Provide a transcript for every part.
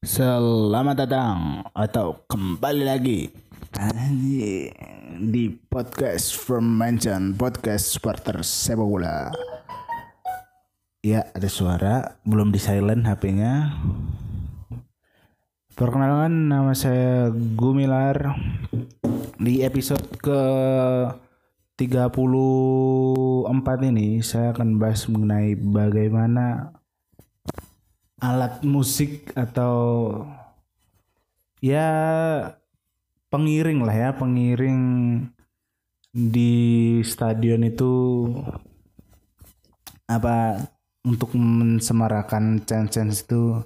Selamat datang atau kembali lagi di podcast from Mansion, podcast supporter sepak bola. Ya, ada suara, belum di silent HP-nya. Perkenalkan, nama saya Gumilar. Di episode ke 34 ini saya akan bahas mengenai bagaimana alat musik atau ya pengiring lah ya, pengiring di stadion itu apa untuk mensemarakan chance itu.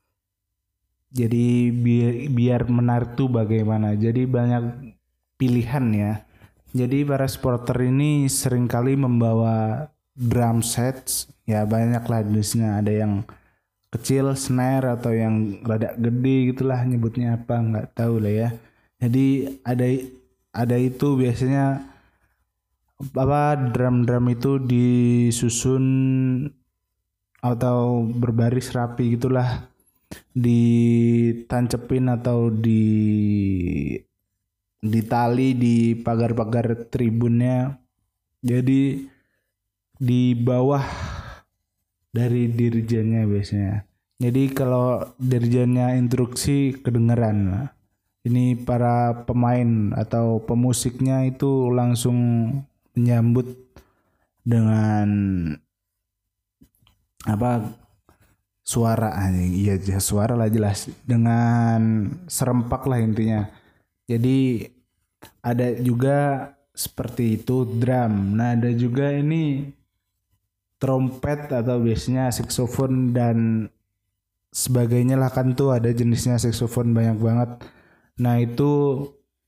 Jadi biar menarik tuh bagaimana. Jadi banyak pilihan ya. Jadi para supporter ini seringkali membawa drum sets, ya banyak lah jenisnya. Ada yang kecil snare atau yang rada gede gitulah, nyebutnya apa nggak tahu lah ya. Jadi ada itu biasanya apa drum itu disusun atau berbaris rapi gitulah, ditancepin atau ditali di pagar-pagar tribunnya. Jadi di bawah dari dirjennya biasanya. Jadi kalau dirjennya instruksi kedengeran lah. Ini para pemain atau pemusiknya itu langsung menyambut dengan apa suara, iya suara lah jelas, dengan serempak lah intinya. Jadi ada juga seperti itu drum. Nah ada juga ini trompet atau biasanya saksofon dan sebagainya lah, kan tuh ada jenisnya saksofon banyak banget. Nah itu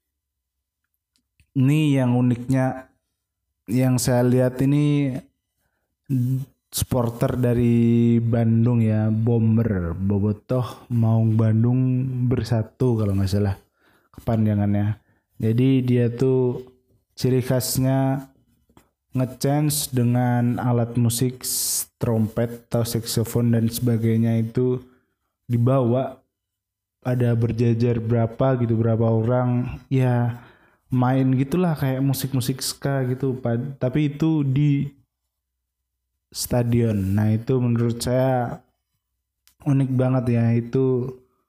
ini yang uniknya yang saya lihat ini supporter dari Bandung ya, Bomber Bobotoh Maung Bandung Bersatu kalau nggak salah kepanjangannya. Jadi dia tuh ciri khasnya nge-chance dengan alat musik trompet atau saksofon dan sebagainya itu dibawa, ada berjajar berapa gitu, berapa orang ya main gitulah kayak musik-musik ska gitu, tapi itu di stadion. Nah itu menurut saya unik banget ya, itu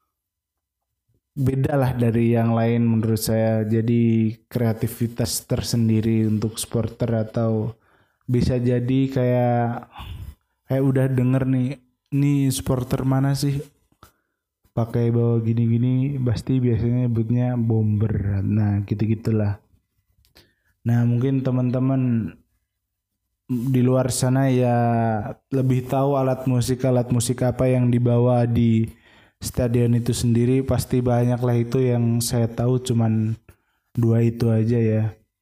beda lah dari yang lain menurut saya. Jadi kreativitas tersendiri untuk supporter, atau bisa jadi kayak udah denger nih supporter mana sih pakai bawa gini-gini, pasti biasanya nyebutnya Bomber. Nah gitu-gitulah. Nah mungkin teman-teman di luar sana ya lebih tahu alat musik apa yang dibawa di stadion itu sendiri. Pasti banyak lah, itu yang saya tahu cuman dua itu aja ya.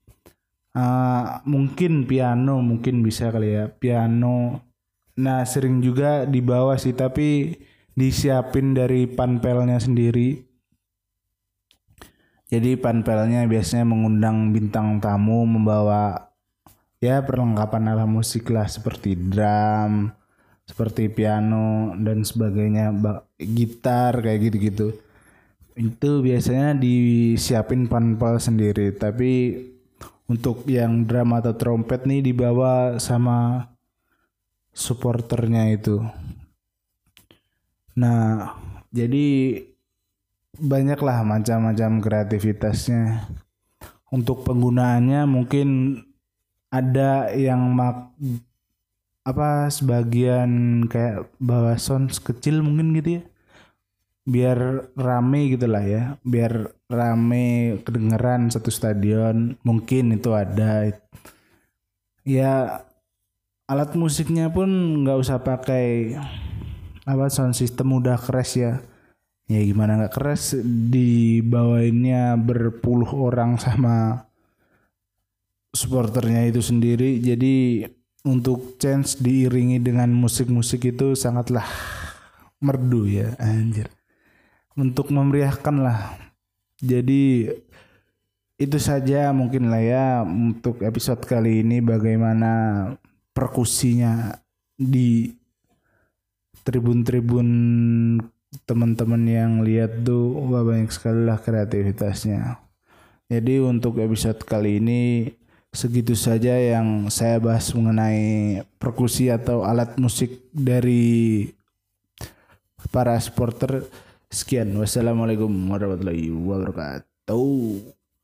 Mungkin piano, mungkin bisa kali ya, piano. Nah sering juga dibawa sih, tapi disiapin dari panpelnya sendiri. Jadi panpelnya biasanya mengundang bintang tamu membawa ya perlengkapan alat musik lah, seperti drum, seperti piano dan sebagainya, gitar kayak gitu-gitu. Itu biasanya disiapin panpel sendiri. Tapi untuk yang drum atau trompet nih dibawa sama supporternya itu. Nah, jadi banyaklah macam-macam kreativitasnya. Untuk penggunaannya mungkin ada yang sebagian kayak bawa sound kecil mungkin gitu ya, biar rame gitu lah ya, biar rame kedengeran satu stadion, mungkin itu ada ya. Alat musiknya pun nggak usah pakai sound system, udah keras ya. Ya gimana nggak keras, dibawainnya berpuluh orang sama supporternya itu sendiri. Jadi untuk chance diiringi dengan musik-musik itu sangatlah merdu ya, anjir, untuk memeriahkan lah. Jadi itu saja mungkin lah ya untuk episode kali ini, bagaimana perkusinya di tribun-tribun teman-teman yang lihat tuh wah banyak sekali lah kreativitasnya. Jadi untuk episode kali ini segitu saja yang saya bahas mengenai perkusi atau alat musik dari para supporter. Sekian, wassalamualaikum warahmatullahi wabarakatuh.